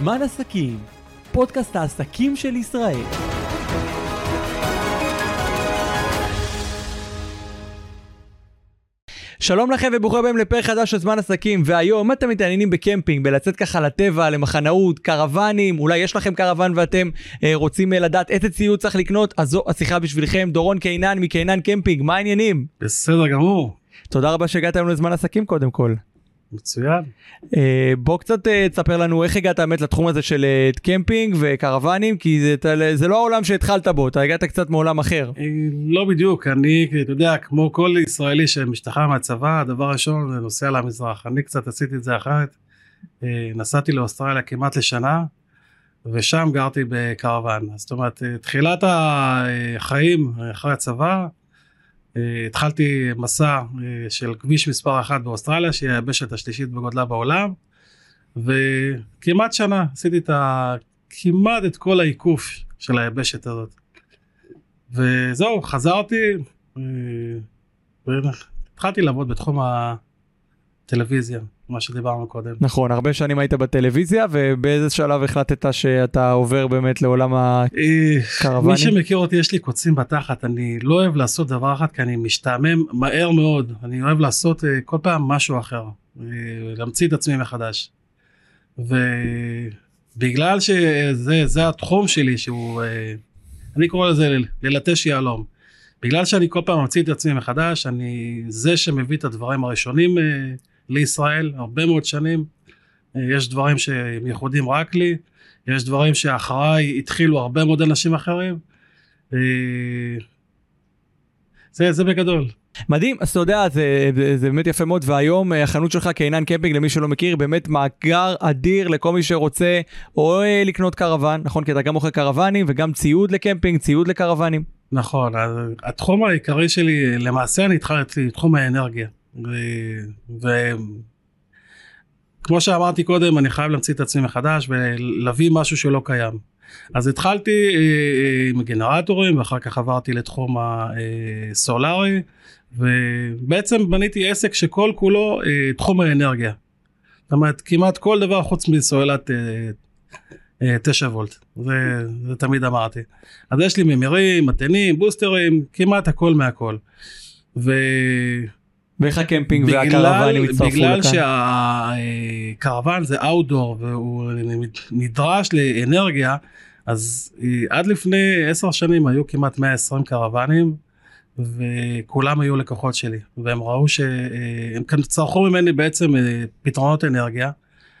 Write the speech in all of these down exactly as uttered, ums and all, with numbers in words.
זמן עסקים, פודקאסט העסקים של ישראל. שלום לכם וברוכים הבאים לפרק חדש של זמן עסקים, והיום אתם מתעניינים בקמפינג, בלצאת ככה לטבע, למחנאות, קרוונים, אולי יש לכם קרוון ואתם אה, רוצים אה, לדעת איזה ציוד צריך לקנות, אז זו השיחה בשבילכם. דורון קיינן מקיינן קמפינג, מה העניינים? בסדר גמור. תודה רבה שהגעת לנו לזמן עסקים קודם כל. מצוין. אה, בוא קצת אה, תספר לנו איך הגעת באמת לתחום הזה של אה, קמפינג וקרוונים, כי זה, זה לא העולם שהתחלת בו, אתה הגעת קצת מעולם אחר. אה, לא בדיוק, אני, אתה יודע, כמו כל ישראלי שמשתחרר מהצבא, הדבר הראשון זה נוסע למזרח. אני קצת עשיתי את זה אחרת, אה, נסעתי לאוסטרליה כמעט לשנה, ושם גרתי בקרוון. זאת אומרת, תחילת החיים אחרי הצבא, התחלתי מסע של כביש מספר אחת באוסטרליה, שהיא היבשת השלישית בגודלה בעולם, וכמעט שנה עשיתי את ה... כמעט את כל העיקוף של היבשת הזאת. וזהו, חזרתי, והתחלתי לעבוד בתחום הטלוויזיה, מה שדיברנו קודם. נכון, הרבה שנים היית בטלוויזיה, ובאיזה שלב החלטת שאתה עובר באמת לעולם הקרוונים? מי שמכיר אותי, יש לי קוצים בתחת, אני לא אוהב לעשות דבר אחד, כי אני משתעמם מהר מאוד, אני אוהב לעשות כל פעם משהו אחר, להמציא את עצמי מחדש. ובגלל שזה זה התחום שלי, שהוא, אני קורא לזה ללטש יהלום, בגלל שאני כל פעם ממציא את עצמי מחדש, אני זה שמביא את הדברים הראשונים לישראל, הרבה מאוד שנים. יש דברים שהם ייחודים רק לי, יש דברים שאחריי התחילו הרבה מאוד אנשים אחרים. זה, זה בגדול. מדהים, אז אתה יודע, זה, זה, זה באמת יפה מאוד, והיום החנות שלך קיינן קמפינג, למי שלא מכיר, באמת מאגר אדיר לכל מי שרוצה או לקנות קרוון, נכון? כי אתה גם מוכר קרוונים וגם ציוד לקמפינג, ציוד לקרוונים. נכון, התחום העיקרי שלי, למעשה אני התחלתי תחום האנרגיה. וכמו שאמרתי קודם, אני חייב להמציא את עצמי מחדש ולהביא משהו שלא קיים. אז התחלתי עם גנרטורים, ואחר כך עברתי לתחום הסולרי, ובעצם בניתי עסק שכל כולו תחום האנרגיה. זאת אומרת, כמעט כל דבר חוץ מסוללת תשע וולט, זה, זה תמיד אמרתי. אז יש לי ממירים, מתנים, בוסטרים, כמעט הכל מהכל. ו... ואיך הקמפינג והקרוונים הצטרפו לכאן? בגלל שהקרוון זה אאוטדור והוא נדרש לאנרגיה, אז עד לפני עשר שנים היו כמעט מאה ועשרים קרוונים, וכולם היו לקוחות שלי, והם ראו שהם צרכו ממני בעצם פתרונות אנרגיה,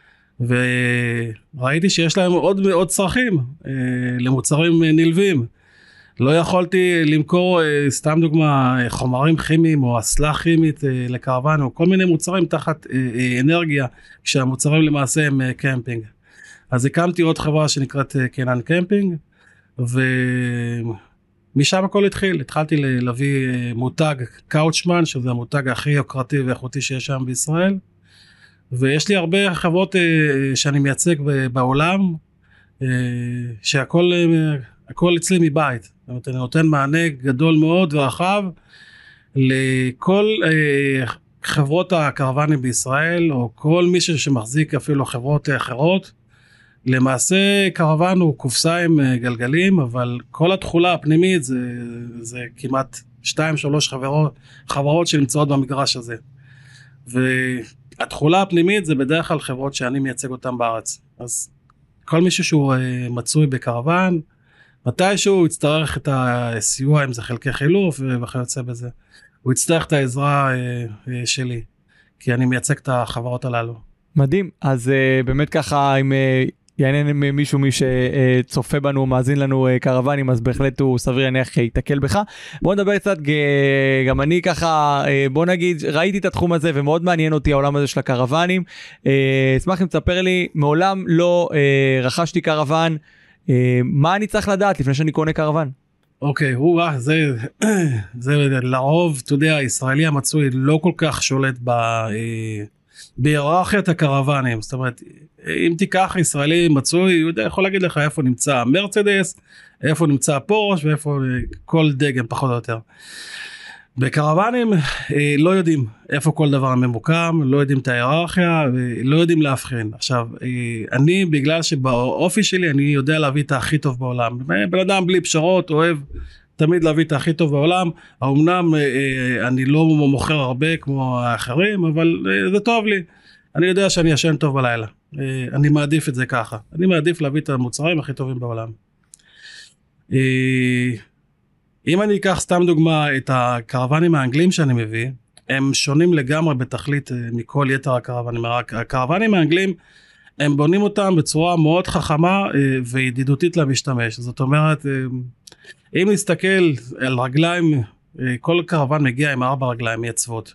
וראיתי שיש להם עוד עוד צרכים למוצרים נלווים. לא יכולתי למכור, סתם דוגמה, חומרים כימיים או אסלה כימית לקרוון, או כל מיני מוצרים תחת אנרגיה, כשהמוצרים למעשה הם קמפינג. אז הקמתי עוד חברה שנקראת קיינן קמפינג, ומשם הכל התחיל. התחלתי להביא מותג קאוצ'מן, שזה המותג הכי יוקרתי ואיכותי שיש שם בישראל, ויש לי הרבה חברות שאני מייצג בעולם, שהכל הכל אצלי מבית. זאת אומרת, אני נותן מענה גדול מאוד ורחב לכל חברות הקרוונים בישראל, או כל מי שמחזיק אפילו חברות אחרות. למעשה קרוון הוא קופסה עם גלגלים, אבל כל התחולה הפנימית זה, זה כמעט שתיים שלוש חברות, חברות שנמצאות במגרש הזה. והתחולה הפנימית זה בדרך כלל חברות שאני מייצג אותן בארץ. אז כל מישהו שהוא מצוי בקרוון, מתישהו הוא יצטרך את הסיוע, אם זה חלקי חילוף וכיוצא בזה. הוא יצטרך את העזרה שלי, כי אני מייצג את החברות הללו. מדהים, אז באמת ככה, אם יעניין מישהו מי שצופה בנו, מאזין לנו קרוונים, אז בהחלט הוא סביר להניח יתקל בך. בוא נדבר קצת, גם אני ככה, בוא נגיד, ראיתי את התחום הזה ומאוד מעניין אותי העולם הזה של הקרוונים. אשמח אם תספר לי, מעולם לא רכשתי קרוון, מה אני צריך לדעת לפני שאני קונה קרוון? אוקיי, הוא, זה, זה לרוב, אתה יודע, הישראלי המצוי לא כל כך שולט ב... בהיררכיית הקרוונים. זאת אומרת, אם תיקח ישראלי מצוי, הוא יודע, יכול להגיד לך איפה נמצא מרצדס, איפה נמצא פורש, ואיפה כל דגם פחות או יותר. בקרוונים אה, לא יודעים איפה כל דבר ממוקם, לא יודעים את ההיררכיה, לא יודעים להבחין. עכשיו, אה, אני בגלל שבאופי שלי אני יודע להביא את הכי טוב בעולם. בן אדם בלי פשרות, אוהב תמיד להביא את הכי טוב בעולם. אמנם אה, אה, אני לא מוכר הרבה כמו האחרים, אבל אה, זה טוב לי. אני יודע שאני ישן טוב בלילה. אה, אני מעדיף את זה ככה. אני מעדיף להביא את המוצרים הכי טובים בעולם. אה, אם אני אקח סתם דוגמה את הקרוונים האנגלים שאני מביא, הם שונים לגמרי בתכלית מכל יתר הקרוונים. הקרוונים האנגלים, הם בונים אותם בצורה מאוד חכמה וידידותית למשתמש. זאת אומרת, אם נסתכל על רגליים, כל קרוון מגיע עם ארבע רגליים מעצבות.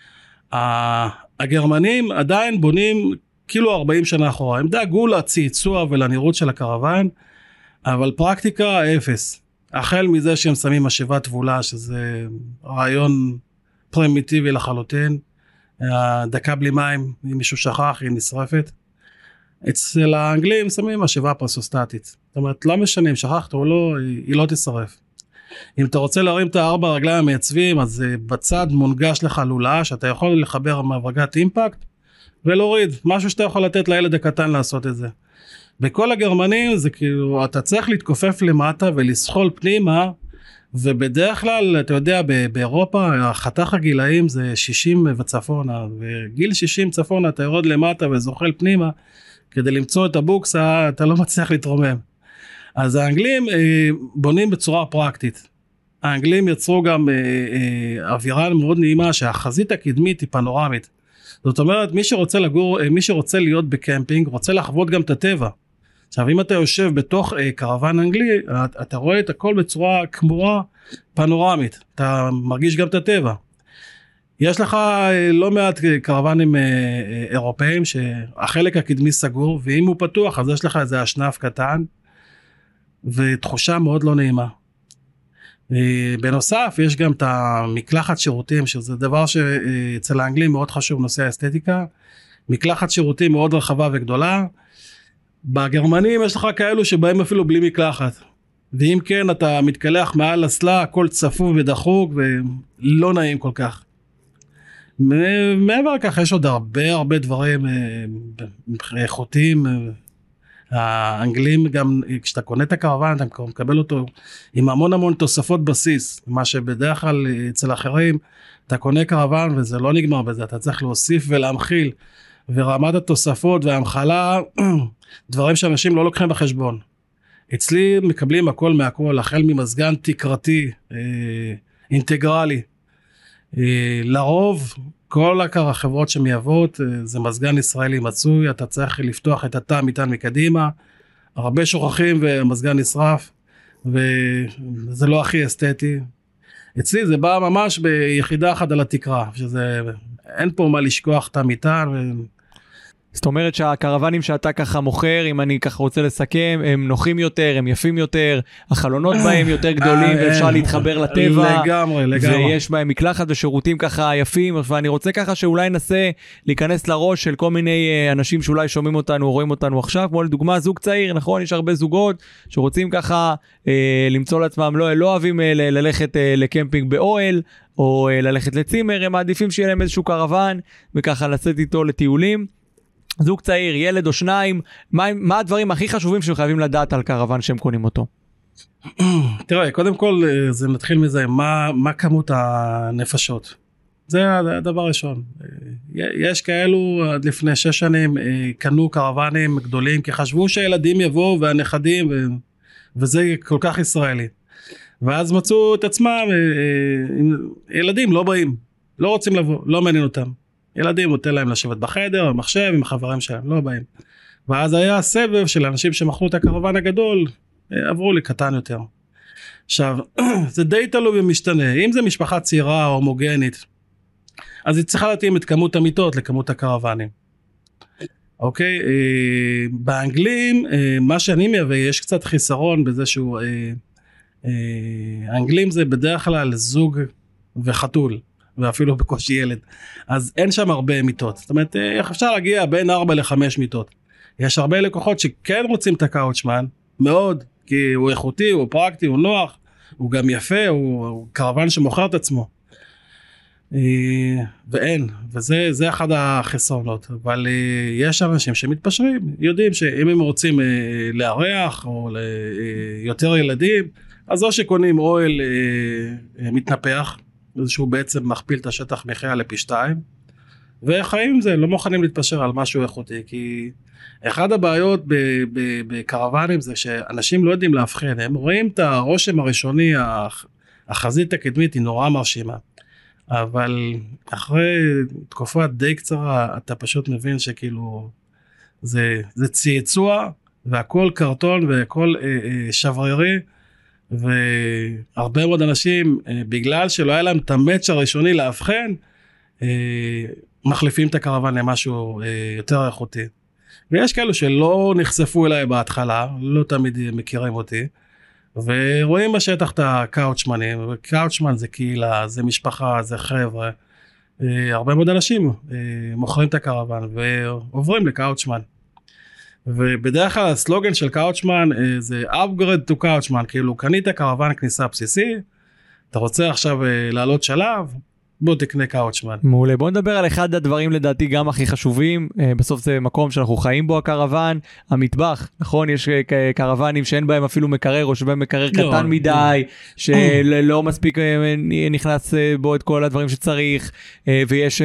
הגרמנים עדיין בונים כאילו ארבעים שנה אחורה. הם דאגו לצעצוע ולנראות של הקרוון, אבל פרקטיקה אפס. החל מזה שהם שמים משאבה תבולה, שזה רעיון פרימיטיבי לחלוטין, דקה בלי מים, אם מישהו שכח, היא נשרפת. אצל האנגלים שמים משאבה פרסוסטטית. זאת אומרת, לא משנה אם שכחת או לא, היא לא תשרף. אם אתה רוצה להרים את הארבע רגליים המייצבים, אז בצד מונגש לך לולאה, שאתה יכול לחבר מברגת אימפקט, ולהוריד, משהו שאתה יכול לתת לילד הקטן לעשות את זה. בכל הגרמנים זה כאילו, אתה צריך להתכופף למטה ולסחול פנימה, ובדרך כלל, אתה יודע, באירופה, חתך הגילאים זה שישים וצפונה, וגיל שישים צפונה, אתה יורד למטה וזוחל פנימה, כדי למצוא את הבוקסה, אתה לא מצליח להתרומם. אז האנגלים בונים בצורה פרקטית. האנגלים יצרו גם אווירה מאוד נעימה, שהחזית הקדמית היא פנורמית. זאת אומרת, מי שרוצה לגור, מי שרוצה להיות בקמפינג, רוצה לחוות גם את הטבע. עכשיו, אם אתה יושב בתוך אה, קרוון אנגלי, אתה, אתה רואה את הכל בצורה כמורה פנורמית. אתה מרגיש גם את הטבע. יש לך אה, לא מעט קרוונים אה, אה, אירופאים, שהחלק הקדמי סגור, ואם הוא פתוח, אז יש לך איזה אשנף קטן, ותחושה מאוד לא נעימה. אה, בנוסף, יש גם את המקלחת שירותים, שזה דבר שאצל האנגלים מאוד חשוב, נושא האסתטיקה. מקלחת שירותים מאוד רחבה וגדולה. בגרמנים יש לך כאלו שבאים אפילו בלי מקלחת. ואם כן, אתה מתקלח מעל הסלה, הכל צפוף ודחוק, ולא נעים כל כך. מעבר לכך, יש עוד הרבה הרבה דברים איכותיים. האנגלים גם, כשאתה קונה את הקרוון, אתה מקבל אותו עם המון המון תוספות בסיס, מה שבדרך כלל אצל אחרים, אתה קונה קרוון וזה לא נגמר בזה, אתה צריך להוסיף ולהמחיל, ורמת התוספות וההמחלה, דברים שאנשים לא לוקחים בחשבון. אצלי מקבלים הכל מהכל, החל ממזגן תקרתי, אה, אינטגרלי. אה, לרוב, כל החברות שמייבאות, אה, זה מזגן ישראלי מצוי, אתה צריך לפתוח את התא מטען מקדימה, הרבה שוכחים והמזגן נשרף, וזה לא הכי אסתטי. אצלי זה בא ממש ביחידה אחת על התקרה, שזה, אין פה מה לשכוח תא מטען, ו... זאת אומרת שהקרוונים שאתה ככה מוכר, אם אני ככה רוצה לסכם, הם נוחים יותר, הם יפים יותר, החלונות בהם יותר גדולים, ואפשר להתחבר לטבע. לגמרי, לגמרי. ויש בהם מקלחת ושירותים ככה יפים, ואני רוצה ככה שאולי ננסה להיכנס לראש של כל מיני אנשים שאולי שומעים אותנו, רואים אותנו עכשיו, כמו לדוגמה זוג צעיר, נכון? יש הרבה זוגות שרוצים ככה אה, למצוא לעצמם, לא, לא אוהבים אה, ללכת אה, לקמפינג באוהל, או אה, ללכת לצימר, הם מעדיפים שיהיה להם איזשהו קרוון, וככה לצאת איתו לטיולים. זוג צעיר, ילד או שניים, מה, מה הדברים הכי חשובים שהם חייבים לדעת על קרוון שהם קונים אותו? תראה, קודם כל זה מתחיל מזה, מה, מה כמות הנפשות? זה הדבר הראשון. יש כאלו עד לפני שש שנים קנו קרוונים גדולים, כי חשבו שהילדים יבואו והנכדים, ו, וזה כל כך ישראלי. ואז מצאו את עצמם, ילדים לא באים, לא רוצים לבוא, לא מעניין אותם. ילדים נותן להם לשבת בחדר, במחשב, עם החברים שלהם, לא באים. ואז היה הסבב של אנשים שמכרו את הקרוון הגדול, עברו לי קטן יותר. עכשיו, זה די תלוי ומשתנה. אם זה משפחה צעירה או הומוגנית, אז היא צריכה להתאים את כמות המיטות לכמות הקרוונים. אוקיי? באנגלים, מה שאני מייבא, יש קצת חיסרון בזה שהוא... האנגלים זה בדרך כלל זוג וחתול. ואפילו בקושי ילד, אז אין שם הרבה מיטות, זאת אומרת, אפשר להגיע בין ארבע לחמש מיטות. יש הרבה לקוחות שכן רוצים את הקאוצ'מן, מאוד, כי הוא איכותי, הוא פרקטי, הוא נוח, הוא גם יפה, הוא, הוא קרוון שמוכר את עצמו. ואין, וזה זה אחד החסרונות, אבל יש אנשים שמתפשרים, יודעים שאם הם רוצים לארח או ליותר ילדים, אז או שקונים אוהל מתנפח, שהוא בעצם מכפיל את השטח מחיה לפי שתיים, וחיים עם זה, לא מוכנים להתפשר על משהו איכותי, כי אחד הבעיות בקרוונים זה שאנשים לא יודעים להבחן, הם רואים את הרושם הראשוני, החזית הקדמית היא נורא מרשימה, אבל אחרי תקופה די קצרה אתה פשוט מבין שכאילו זה, זה צייצוע והכל קרטון והכל אה, אה, שברירי, והרבה מאוד אנשים אה, בגלל שלא היה להם את המאץ' הראשוני להבחן, אה, מחליפים את הקרוון למשהו אה, יותר איכותי. ויש כאלו שלא נחשפו אליי בהתחלה, לא תמיד מכירים אותי, ורואים בשטח את הקאוצ'מנים, וקאוצ'מן זה קהילה, זה משפחה, זה חבר'ה, הרבה מאוד אנשים מוכרים את הקרוון ועוברים לקאוצ'מן, ובדרך כלל הסלוגן של קאוצ'מן זה upgrade to קאוצ'מן, כאילו קנית קרוון כניסה בסיסי, אתה רוצה עכשיו לעלות שלב, בוא תקנה קאוצ'מן. מעולה, בוא נדבר על אחד הדברים לדעתי גם הכי חשובים, בסוף זה מקום שאנחנו חיים בו הקרוון, המטבח, נכון? יש קרוונים שאין בהם אפילו מקרר, או שבהם מקרר קטן מדי, שלא מספיק נכנס בו את כל הדברים שצריך, ויש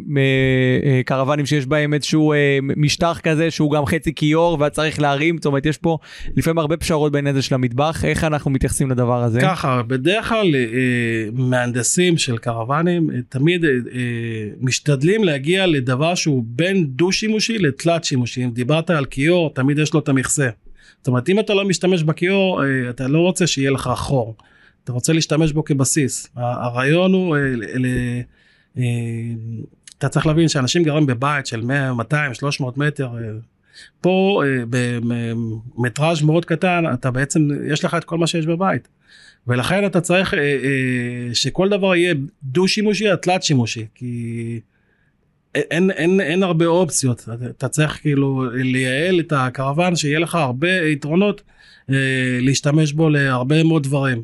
קרוונים שיש בהם איזשהו משטח כזה, שהוא גם חצי כיור, וצריך להרים, זאת אומרת, יש פה לפעמים הרבה פשרות בין איזה של המטבח, איך אנחנו מתייחסים לדבר הזה? ככה, בדרך כלל מהנדסים של קרוונים, תמיד אה, משתדלים להגיע לדבר שהוא בין דו שימושי לתלת שימושי. אם דיברת על כיור, תמיד יש לו את המכסה. זאת אומרת, אם אתה לא משתמש בכיור, אה, אתה לא רוצה שיהיה לך חור. אתה רוצה להשתמש בו כבסיס. הרעיון הוא, אה, אה, אה, אתה צריך להבין שאנשים גרים בבית של מאה, מאתיים, שלוש מאות מטר, אה, פה אה, במטראז' מאוד קטן, אתה בעצם, יש לך את כל מה שיש בבית. ולכן אתה צריך אה, אה, שכל דבר יהיה דו שימושי, תלת שימושי, כי אין, אין, אין הרבה אופציות, אתה צריך כאילו לייעל את הקרוון, שיהיה לך הרבה יתרונות אה, להשתמש בו להרבה מאוד דברים.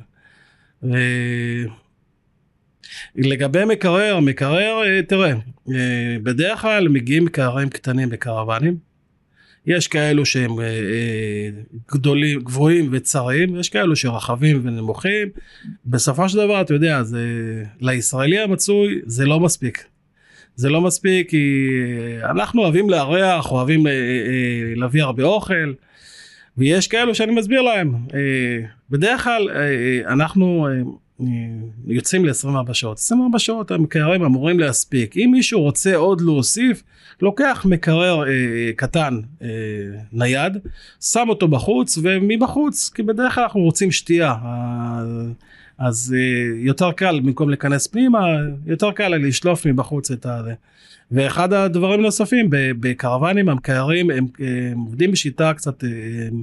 אה, לגבי מקרר, מקרר, אה, תראה, אה, בדרך כלל מגיעים מקררים קטנים בקרוונים, יש כאלו שהם אה, גדולים, גבוהים וצרים, יש כאלו שרחבים ונמוכים, בסופו של דבר, אתה יודע, זה, לישראלי המצוי, זה לא מספיק. זה לא מספיק, כי אנחנו אוהבים לארח, אוהבים אה, אה, להביא הרבה אוכל, ויש כאלו שאני מסביר להם. אה, בדרך כלל, אה, אנחנו אה, יוצאים ל-עשרים וארבע שעות. עשרים וארבע שעות המקררים אמורים להספיק. אם מישהו רוצה עוד להוסיף, לוקח מקרר אה, קטן אה, נייד, שם אותו בחוץ, ומבחוץ, כי בדרך כלל אנחנו רוצים שתייה. אה, אז אה, יותר קל, במקום להיכנס פנימה, יותר קל לשלוף מבחוץ את ה... ואחד הדברים נוספים, בקרוונים המקררים, הם, הם עובדים בשיטה קצת... הם,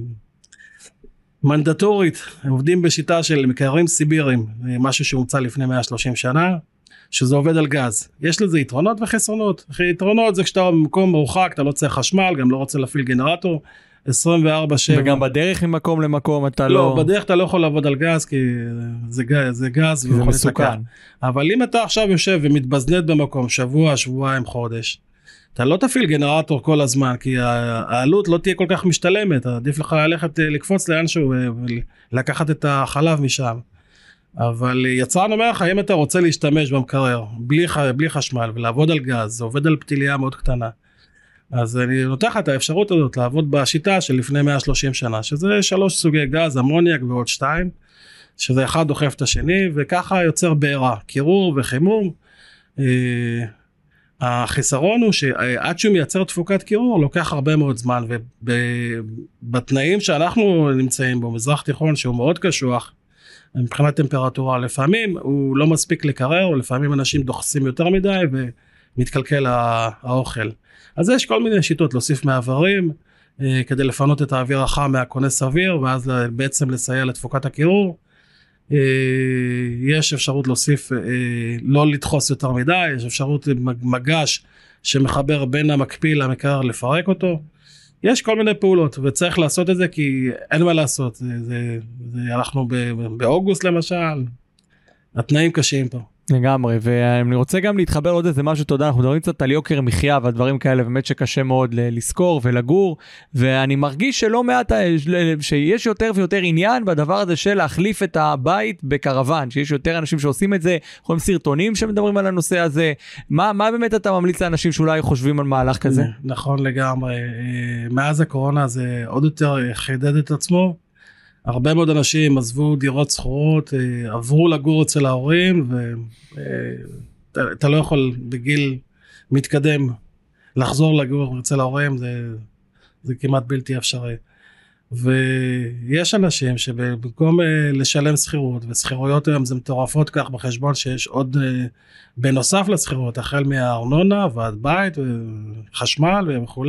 מנדטורית, הם עובדים בשיטה של מקררים סיבירים, משהו שהומצא לפני מאה ושלושים שנה, שזה עובד על גז. יש לזה יתרונות וחסרונות. יתרונות זה כשאתה במקום מרוחק, אתה לא צריך חשמל, גם לא רוצה להפעיל גנרטור, עשרים וארבע שבע. וגם בדרך ממקום למקום אתה לא... לא, בדרך אתה לא יכול לעבוד על גז, כי זה גז, זה גז זה מסוכן. אבל אם אתה עכשיו יושב ומתבזנט במקום, שבוע, שבועיים, חודש, אתה לא תפעיל גנרטור כל הזמן, כי העלות לא תהיה כל כך משתלמת, עדיף לך ללכת לקפוץ לאנשהו ולקחת את החלב משם. אבל יצרן אומר לך, אם אתה רוצה להשתמש במקרר בלי, בלי חשמל ולעבוד על גז, זה עובד על פתיליה מאוד קטנה, אז אני נותן לך את האפשרות הזאת לעבוד בשיטה של לפני מאה ושלושים שנה, שזה שלוש סוגי גז, אמוניאק ועוד שתיים, שזה אחד דוחף את השני, וככה יוצר בעירה, קירור וחימום. החיסרון הוא שעד שהוא מייצר תפוקת קירור לוקח הרבה מאוד זמן, ובתנאים שאנחנו נמצאים בו, מזרח תיכון שהוא מאוד קשוח מבחינת טמפרטורה, לפעמים הוא לא מספיק לקרר, או לפעמים אנשים דוחסים יותר מדי ומתקלקל האוכל. אז יש כל מיני שיטות, להוסיף מעברים כדי לפנות את האוויר החם מהכונס אוויר, ואז בעצם לסייע לתפוקת הקירור. יש אפשרות להוסיף, לא לדחוס יותר מדי, יש אפשרות מגש שמחבר בין המקפיל למקרר לפרק אותו. יש כל מיני פעולות, וצריך לעשות את זה כי אין מה לעשות. זה, זה, זה, אנחנו באוגוסט למשל, התנאים קשים פה. לגמרי, ואני רוצה גם להתחבר עוד איזה משהו, תודה, אנחנו מדברים קצת על יוקר מחיה והדברים כאלה, באמת שקשה מאוד לזכור ולגור, ואני מרגיש שלא מעט, שיש יותר ויותר עניין בדבר הזה של להחליף את הבית בקרוון, שיש יותר אנשים שעושים את זה, יכולים סרטונים שמדברים על הנושא הזה, מה, מה באמת אתה ממליץ לאנשים שאולי חושבים על מהלך כזה? נכון לגמרי, מאז הקורונה זה עוד יותר חידד את עצמו, הרבה מאוד אנשים עזבו דירות שכורות, עברו לגור אצל ההורים, ואתה לא יכול בגיל מתקדם לחזור לגור אצל ההורים, זה, זה כמעט בלתי אפשרי. ויש אנשים שבמקום לשלם שכירות, ושכירויות היום זה מטורפות כך בחשבון שיש עוד, בנוסף לשכירות, החל מהארנונה ועד בית וחשמל וכו',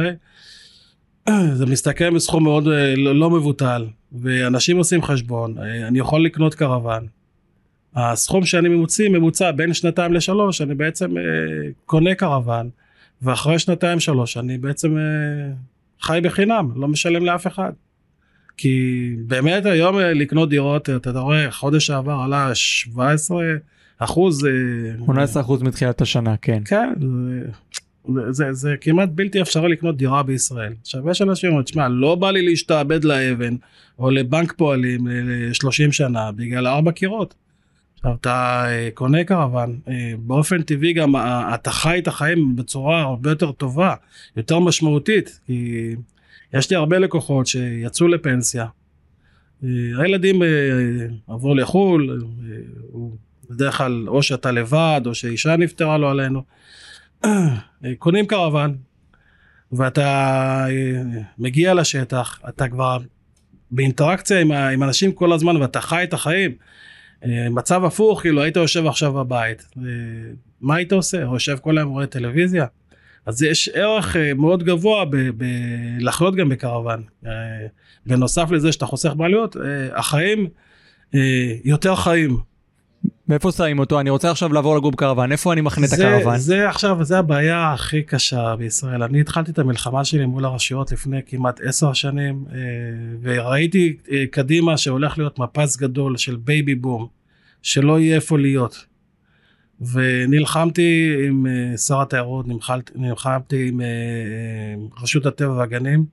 זה מסתכל מסכום מאוד לא, לא מבוטל, ואנשים עושים חשבון, אני יכול לקנות קרוון, הסכום שאני ממוציא, ממוצע בין שנתיים לשלוש, אני בעצם אה, קונה קרוון, ואחרי שנתיים שלוש, אני בעצם אה, חי בחינם, לא משלם לאף אחד, כי באמת היום אה, לקנות דירות, אתה רואה, חודש העבר עלה שבע עשרה אחוז, אה, שמונה עשרה אחוז מתחילת השנה, כן. כן, זה... זה, זה, זה כמעט בלתי אפשרי לקנות דירה בישראל. עכשיו יש אנשים אומרים, תשמע, לא בא לי להשתעבד לאבן, או לבנק פועלים ל-שלושים שנה, בגלל ארבע קירות. עכשיו אתה קונה קרוון, באופן טבעי גם אתה חי את החיים בצורה הרבה יותר טובה, יותר משמעותית, כי יש לי הרבה לקוחות שיצאו לפנסיה, הילדים עברו לחול, בדרך כלל או שאתה לבד, או שאישה נפטרה לו עלינו, קונים קרוון, ואתה מגיע לשטח, אתה כבר באינטראקציה עם, עם אנשים כל הזמן, ואתה חי את החיים. מצב הפוך, כאילו היית יושב עכשיו בבית, מה היית עושה? יושב כל היום רואה טלוויזיה? אז יש ערך מאוד גבוה לחיות גם בקרוון. בנוסף לזה שאתה חוסך בעלויות, החיים יותר חיים. מאיפה שמים אותו? אני רוצה עכשיו לעבור לגור בקרוון, איפה אני מכנה את הקרוון? זה עכשיו, זה הבעיה הכי קשה בישראל. אני התחלתי את המלחמה שלי מול הרשויות לפני כמעט עשר שנים, וראיתי קדימה שהולך להיות מפץ גדול של בייבי בום, שלא יהיה איפה להיות. ונלחמתי עם שר התיירות, נלחמתי עם רשות הטבע והגנים,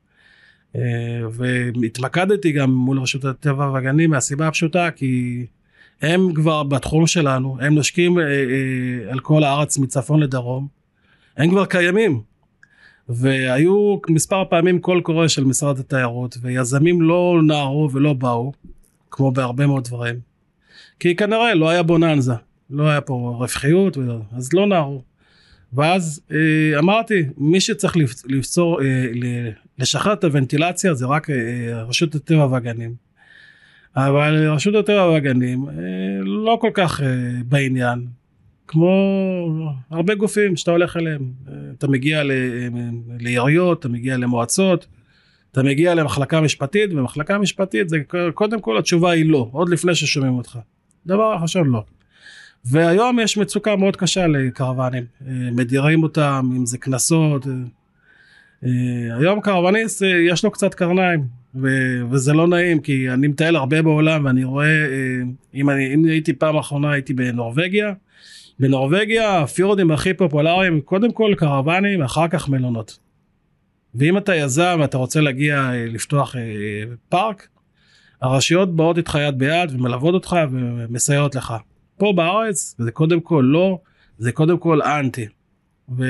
והתמקדתי גם מול רשות הטבע והגנים, מהסיבה הפשוטה, כי הם כבר בתחום שלנו, הם נושקים אה, אה, על כל הארץ מצפון לדרום, הם כבר קיימים, והיו מספר פעמים קול קורא של משרד התיירות, ויזמים לא נערו ולא באו, כמו בהרבה מאוד דברים, כי כנראה לא היה בוננזה, לא היה פה רווחיות, אז לא נערו, ואז אה, אמרתי, מי שצריך לפצור, אה, לשחרר את הוונטילציה, זה רק אה, רשות הטבע והגנים, אבל רשות הטבע והגנים לא כל כך בעניין, כמו הרבה גופים שאתה הולך אליהם, אתה מגיע לעיריות, אתה מגיע למועצות, אתה מגיע למחלקה משפטית, ומחלקה משפטית זה קודם כל התשובה היא לא, עוד לפני ששומעים אותך, דבר חשוב לא. והיום יש מצוקה מאוד קשה לקרוונים, מדירים אותם, אם זה כנסות, היום קרווניסט יש לו קצת קרניים, ו- וזה לא נעים, כי אני מטייל הרבה בעולם, ואני רואה, אם, אני, אם הייתי פעם האחרונה, הייתי בנורווגיה, בנורווגיה הפיורדים הכי פופולריים, קודם כל קרוונים, אחר כך מלונות. ואם אתה יזם, ואתה רוצה להגיע, לפתוח פארק, הרשויות באות איתך יד ביד, ומלוות אותך, ומסייעות לך. פה בארץ, זה קודם כל לא, זה קודם כל אנטי. ו...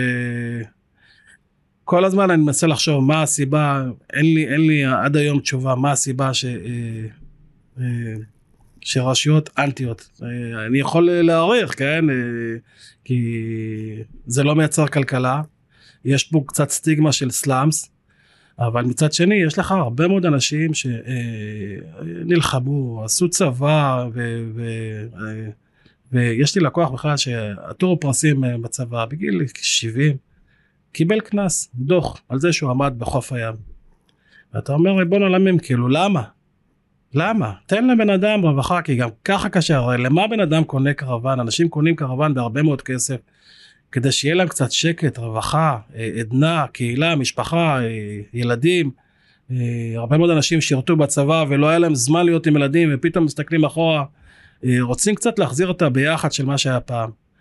כל הזמן אני מנסה לחשוב מה הסיבה, אין לי, אין לי עד היום תשובה, מה הסיבה ש, שרשויות אנטיות. אני יכול להעריך, כן? כי זה לא מייצר כלכלה, יש פה קצת סטיגמה של סלאמס, אבל מצד שני יש לך הרבה מאוד אנשים שנלחמו, עשו צבא, ו, ו, ויש לי לקוח בכלל שעטור פרסים בצבא בגיל שבעים, קיבל כנס, דוח, על זה שהוא עמד בחוף הים. ואתה אומר, ריבון עולמים, כאילו, למה? למה? תן לבן אדם רווחה, כי גם ככה קשה, הרי למה בן אדם קונה קרוון? אנשים קונים קרוון בהרבה מאוד כסף, כדי שיהיה להם קצת שקט, רווחה, עדנה, קהילה, משפחה, ילדים. הרבה מאוד אנשים שירתו בצבא, ולא היה להם זמן להיות עם ילדים, ופתאום מסתכלים אחורה, רוצים קצת להחזיר אותה ביחד של מה שהיה פעם.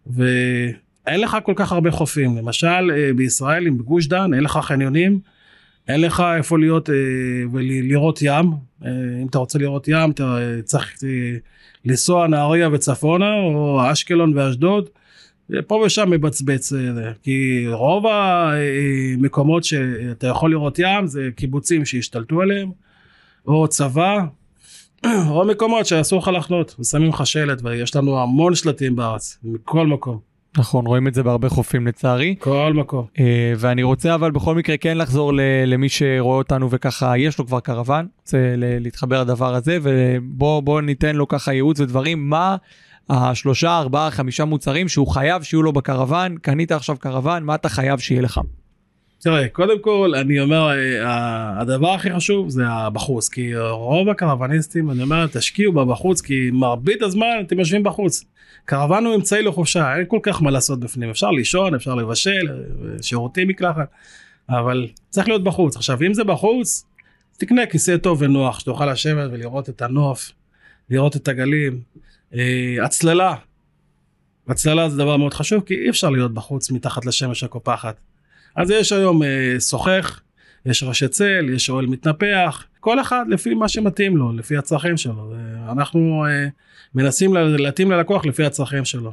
ואין לך כל כך הרבה חופים, למשל בישראל, עם בגוש דן, אין לך חניונים, אין לך איפה להיות ולראות ים, אם אתה רוצה לראות ים, אתה צריך לנסוע נהריה וצפונה, או אשקלון ואשדוד, פה ושם מבצבץ, כי רוב המקומות שאתה יכול לראות ים, זה קיבוצים שהשתלטו עליהם, או צבא, או מקומות שאסור לך לחנות, ושמים לך שלט, ויש לנו המון שלטים בארץ, מכל מקום. נכון, רואים את זה בהרבה חופים לצערי. כל מקום. ואני רוצה אבל בכל מקרה כן לחזור למי שרואה אותנו וככה יש לו כבר קרוון, רוצה להתחבר לדבר הזה, ובוא ניתן לו ככה ייעוץ ודברים, מה השלושה, ארבעה, חמישה מוצרים שהוא חייב שיהיו לו בקרוון, קנית עכשיו קרוון, מה אתה חייב שיהיה לך? תראה, קודם כל אני אומר, הדבר הכי חשוב זה הבחוץ, כי רוב הקרווניסטים, אני אומר, תשקיעו בבחוץ, כי מרבית הזמן אתם יושבים בחוץ. קרוון הוא אמצעי לחופשה, אין כל כך מה לעשות בפנים, אפשר לישון, אפשר לבשל, שירותים מקלחת, אבל צריך להיות בחוץ. עכשיו, אם זה בחוץ, תקנה כיסא טוב ונוח, שתוכל לשבת ולראות את הנוף, לראות את הגלים, הצללה. הצללה זה דבר מאוד חשוב, כי אי אפשר להיות בחוץ מתחת לשמש הקופחת. אז יש היום שוחך, יש ראשי צל, יש אוהל מתנפח, כל אחד לפי מה שמתאים לו, לפי הצרכים שלו. אנחנו מנסים להתאים ללקוח לפי הצרכים שלו.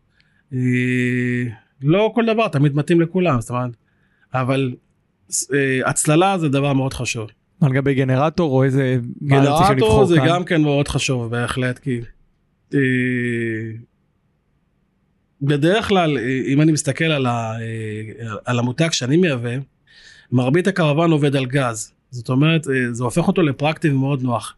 לא כל דבר תמיד מתאים לכולם, זאת אומרת, אבל הצללה זה דבר מאוד חשוב. על גבי גנרטור או איזה... גנרטור זה גם כן מאוד חשוב בהחלט, כי בדרך כלל, אם אני מסתכל על, ה, על המותג שאני מייבא, מרבית הקרוון עובד על גז. זאת אומרת, זה הופך אותו לפרקטי ומאוד נוח.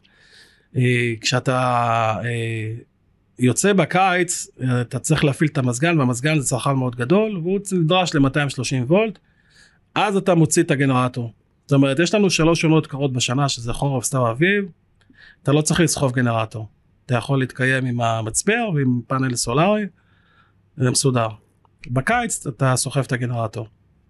כשאתה יוצא בקיץ, אתה צריך להפעיל את המזגן, והמזגן זה צרכן מאוד גדול, והוא נדרש ל-מאתיים ושלושים וולט, אז אתה מוציא את הגנרטור. זאת אומרת, יש לנו שלוש עונות קרות בשנה, שזה חורף, סתיו, אביב, אתה לא צריך לסחוב גנרטור. אתה יכול להתקיים עם המצבר ועם פאנל סולארי, זה מסודר. בקיץ אתה סוחב את הגנרטור.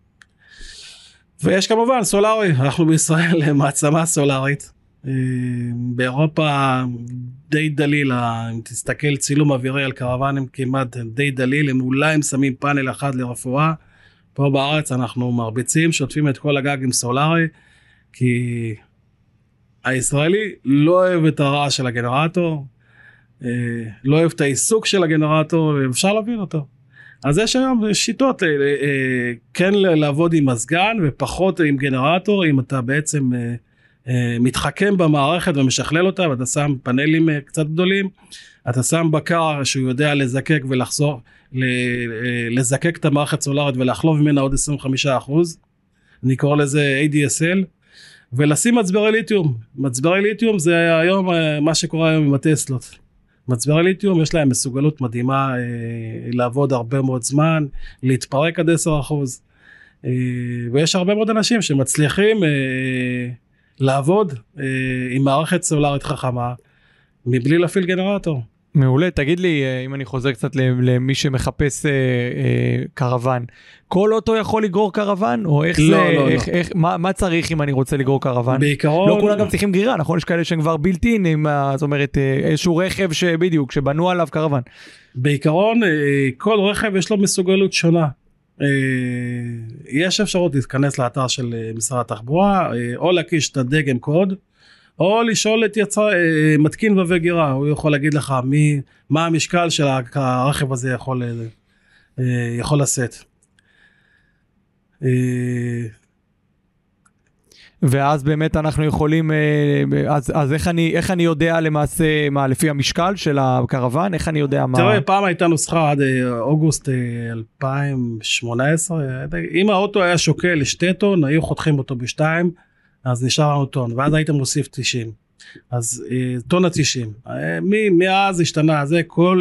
ויש כמובן סולארי, אנחנו בישראל מעצמה סולארית. באירופה די דליל, אם תסתכל צילום אווירי על קרוונים כמעט די דליל, הם אולי הם שמים פאנל אחד לרפואה. פה בארץ אנחנו מרביצים, שוטפים את כל הגג עם סולארי, כי הישראלי לא אוהב את הרעש של הגנרטור, לא אוהב את העיסוק של הגנרטור, אפשר להבין אותו. אז יש היום שיטות, כן לעבוד עם מזגן ופחות עם גנרטור, אם אתה בעצם מתחכם במערכת ומשכלל אותה, ואתה שם פאנלים קצת גדולים, אתה שם בקר שהוא יודע לזקק ולחזור, לזקק את המערכת סולארית ולחלוב ממנה עוד עשרים וחמישה אחוז, אני קורא לזה איי די אס אל, ולשים מצברי ליתיום. מצברי ליתיום זה היום מה שקורה היום עם הטסלות. מצברי ליתיום יש להם מסוגלות מדהימה אה, לעבוד הרבה מאוד זמן, להתפרק עד עשרה אחוז, אה, ויש הרבה מאוד אנשים שמצליחים אה, לעבוד אה, עם מערכת סולארית חכמה, מבלי להפעיל גנרטור. מעולה, תגיד לי, אם אני חוזר קצת למי שמחפש אה, אה, קרוון, כל אוטו יכול לגרור קרוון? או איך לא, זה, לא, איך, לא. איך, מה, מה צריך אם אני רוצה לגרור קרוון? בעיקרון... לא כולם גם צריכים גרירה, נכון? יש כאלה שהם כבר בילטין, עם, זאת אומרת, איזשהו רכב שבדיוק, שבנו עליו קרוון. בעיקרון, כל רכב יש לו מסוגלות שונה. יש אפשרות להתכנס לאתר של משרד התחבורה, או להקיש את הדגם קוד, או לשאול את יצר, מתקין וגירה, הוא יכול להגיד לך מי, מה המשקל של הרכב הזה יכול, יכול לשאת. ואז באמת אנחנו יכולים, אז, אז איך אני, איך אני יודע למעשה, מה, לפי המשקל של הקרוון, איך אני יודע מה... תראה, פעם הייתה נוסחה עד אוגוסט אלפיים שמונה עשרה, אם האוטו היה שוקל לשתי טון, היו חותכים אותו בשתיים, אז נשאר לנו טון, ואז היית מוסיף תשעים. אז טון ה-תשעים. מאז השתנה, זה כל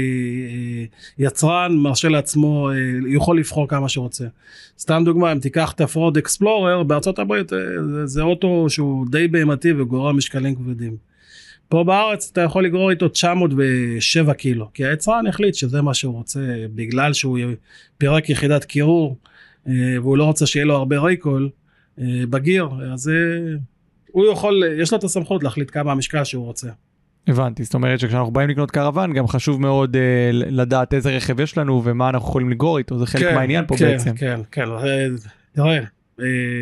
יצרן מרשה לעצמו, יכול לבחור כמה שרוצה. סתם דוגמה, אם תיקח את הפרוד אקספלורר, בארצות הברית זה אוטו שהוא די בהמתי וגורר משקלים כבדים. פה בארץ אתה יכול לגרור איתו תשע מאות ושבע קילו, כי היצרן החליט שזה מה שהוא רוצה, בגלל שהוא פירק יחידת קירור, והוא לא רוצה שיהיה לו הרבה ריקול, בגיר, אז הוא יכול, יש לו את הסמכות להחליט כמה המשקל שהוא רוצה. הבנתי, זאת אומרת שכשאנחנו באים לקנות קרוון, גם חשוב מאוד uh, לדעת איזה רכב יש לנו, ומה אנחנו יכולים לגור איתו, זה חלק כן, מהעניין פה כן, בעצם. כן, כן, תראה, אה,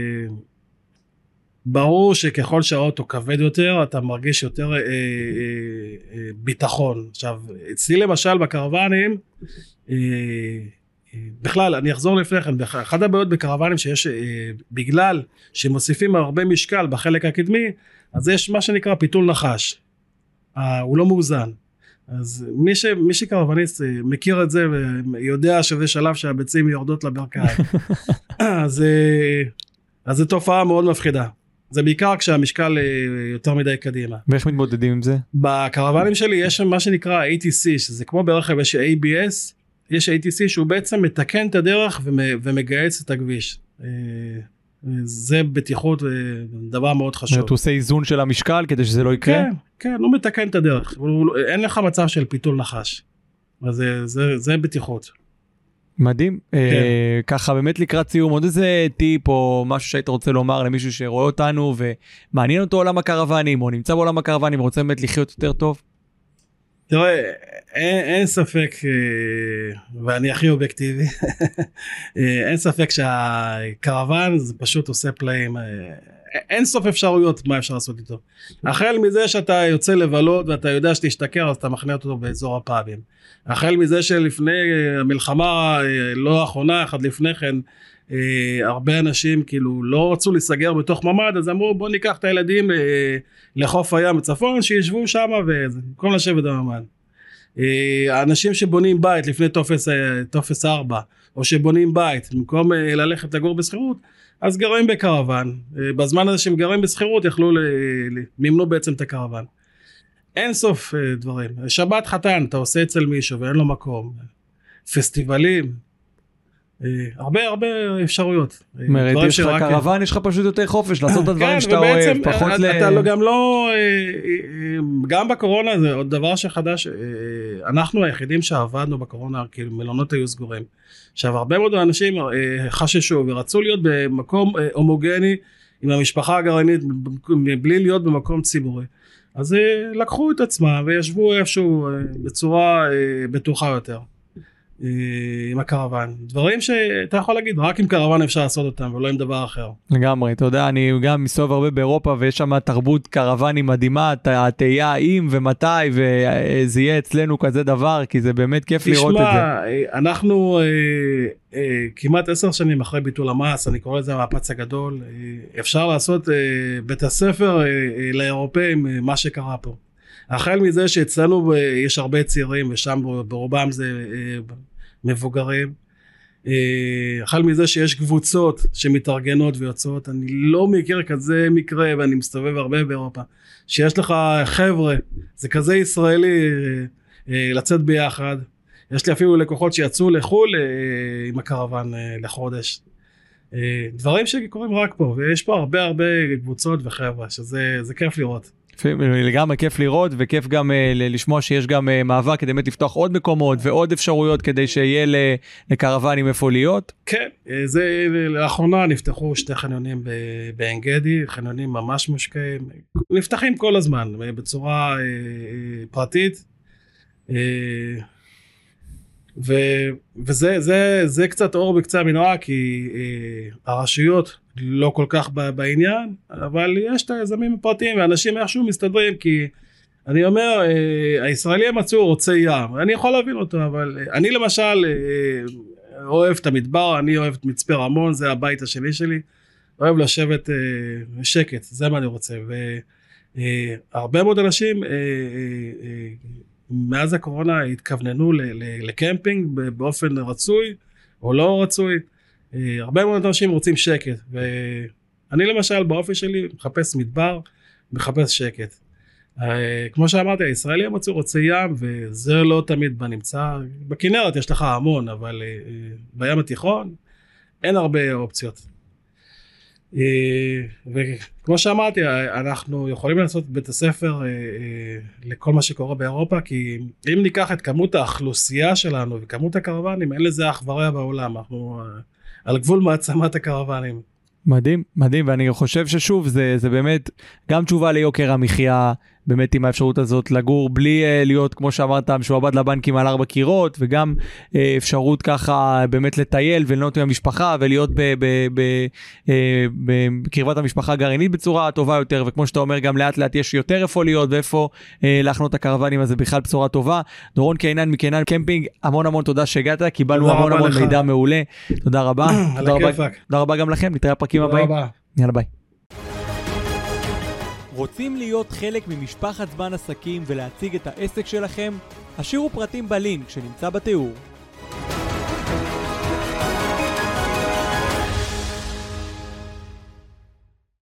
ברור שככל שהאוטו כבד יותר, אתה מרגיש יותר אה, אה, אה, ביטחון. עכשיו, אצלי למשל בקרוונים, אה, אה, בכלל, אני אחזור לפני כן, אחת הבעיות בקרוונים שיש, אה, בגלל שמוסיפים הרבה משקל בחלק הקדמי, אז יש מה שנקרא פיתול נחש. אה, הוא לא מאוזן. אז מי, ש, מי שקרווניסט מכיר את זה ויודע שזה שלב שהביצים יורדות לברכיים. אז, אז זו תופעה מאוד מפחידה. זה בעיקר כשהמשקל יותר מדי קדימה. ואיך מתמודדים עם זה? בקרוונים שלי יש מה שנקרא איי טי סי, שזה כמו ברכב יש איי בי אס, יש איי טי סי שהוא בעצם מתקן את הדרך ומגייס את הכביש. זה בטיחות ודבר מאוד חשוב. אתה עושה איזון של המשקל כדי שזה לא יקרה? כן, כן, הוא מתקן את הדרך. אין לך מצב של פיתול נחש. אז זה, זה, זה בטיחות. מדהים. כן. אה, ככה באמת לקראת סיום, עוד איזה טיפ או משהו שהיית רוצה לומר למישהו שרואה אותנו ומעניין אותו עולם הקרוונים, או נמצא בעולם הקרוונים ורוצה באמת לחיות יותר טוב? תראה, אין, אין ספק, ואני הכי אובייקטיבי, אין ספק שהקרוון זה פשוט עושה פלאים, אין סוף אפשרויות מה אפשר לעשות איתו. החל מזה שאתה יוצא לבלות ואתה יודע שתשתכר, אז אתה מכנה אותו באזור הפאבים. החל מזה שלפני המלחמה, לא האחרונה, אחד לפני כן, הרבה אנשים כאילו לא רצו להיסגר בתוך ממד, אז אמרו בוא ניקח את הילדים לחוף הים בצפון, שישבו שם וכל לשבת בממד. האנשים שבונים בית לפני טופס, טופס ארבע, או שבונים בית, במקום ללכת לגור בסחירות, אז גרים בקרוון. בזמן הזה שהם גרים בסחירות, יכלו לממנו בעצם את הקרוון. אין סוף דברים. שבת חתן, אתה עושה אצל מישהו ואין לו מקום. פסטיבלים. הרבה הרבה אפשרויות. אומרת, יש לך קרוון, יש לך פשוט יותר חופש לעשות את הדברים שאתה אוהב, פחות ל... אתה גם לא, גם בקורונה זה עוד דבר שחדש, אנחנו היחידים שעבדנו בקורונה, כאילו מלונות היו סגורים. עכשיו הרבה מאוד אנשים חששו ורצו להיות במקום הומוגני עם המשפחה הגרעינית, בלי להיות במקום ציבורי. אז לקחו את עצמם וישבו איפשהו בצורה בטוחה יותר. עם הקרוון, דברים שאתה יכול להגיד רק עם קרוון אפשר לעשות אותם ולא עם דבר אחר. לגמרי, אתה יודע, אני גם מסתובב הרבה באירופה ויש שם תרבות קרוונים מדהימה, התהייה אם ומתי, וזה יהיה אצלנו כזה דבר, כי זה באמת כיף לראות את זה. תשמע, אנחנו אה, אה, כמעט עשר שנים אחרי ביטול המס, אני קורא לזה המאפץ הגדול, אה, אפשר לעשות אה, בית הספר אה, אה, לאירופאים אה, מה שקרה פה. החל מזה שאצלנו יש הרבה צעירים ושם ברובם זה מבוגרים, החל מזה שיש קבוצות שמתארגנות ויוצאות, אני לא מכיר כזה מקרה ואני מסתובב הרבה באירופה, שיש לך חבר'ה, זה כזה ישראלי לצאת ביחד, יש לי אפילו לקוחות שיצאו לחול עם הקרוון לחודש, דברים שקורים רק פה, ויש פה הרבה הרבה קבוצות וחבר'ה, שזה זה כיף לראות. לגמרי כיף לראות וכיף גם uh, לשמוע שיש גם uh, מאבק כדי באמת לפתוח עוד מקומות ועוד אפשרויות כדי שיהיה לקרוונים איפה להיות. כן, זה לאחרונה נפתחו שתי חניונים בעין גדי, חניונים ממש מושקעים, נפתחים כל הזמן בצורה uh, פרטית, uh, ו, וזה זה, זה קצת אור בקצה המנהרה כי uh, הרשויות לא כל כך בעניין, אבל יש את היזמים הפרטיים, ואנשים איכשהו מסתדרים, כי אני אומר, הישראלי המצוא רוצה ים, אני יכול להבין אותו, אבל אני למשל אוהב את המדבר, אני אוהב את מצפה רמון, זה הבית השני שלי, אוהב לשבת שקט, זה מה אני רוצה, והרבה מאוד אנשים מאז הקורונה התכווננו לקמפינג באופן רצוי, או לא רצוי, הרבה מאוד אנשים רוצים שקט, ואני למשל באופי שלי מחפש מדבר, מחפש שקט. כמו שאמרתי, הישראלי המצוא רוצה ים, וזה לא תמיד בנמצא. בכנרת יש לך המון, אבל בים התיכון אין הרבה אופציות. וכמו שאמרתי, אנחנו יכולים לעשות בית הספר לכל מה שקורה באירופה, כי אם ניקח את כמות האוכלוסייה שלנו וכמות הקרוונים, אין לזה אח ורע בעולם. אנחנו על גבול מעצמת הקרוונים. מדהים, מדהים, ואני חושב ששוב, זה, זה באמת גם תשובה ליוקר המחיה, באמת עם האפשרות הזאת לגור בלי uh, להיות, כמו שאמרת, משועבד לבנקים על ארבע קירות, וגם uh, אפשרות ככה באמת לטייל ולנות עם המשפחה, ולהיות בקרבת המשפחה הגרעינית בצורה טובה יותר, וכמו שאתה אומר, גם לאט לאט יש יותר איפה להיות, ואיפה uh, להכנות את הקרוונים, אז זה בכלל בשורה טובה. דורון קיינן מקינן קמפינג, המון המון תודה שהגעת, קיבלנו המון המון לך. מידע מעולה, תודה רבה. תודה רבה, תודה רבה גם לכם, נתראה בפרקים הבאים. יאללה ביי. רוצים להיות חלק ממשפחת זמן עסקים ולהציג את העסק שלכם? השאירו פרטים בלינק שנמצא בתיאור.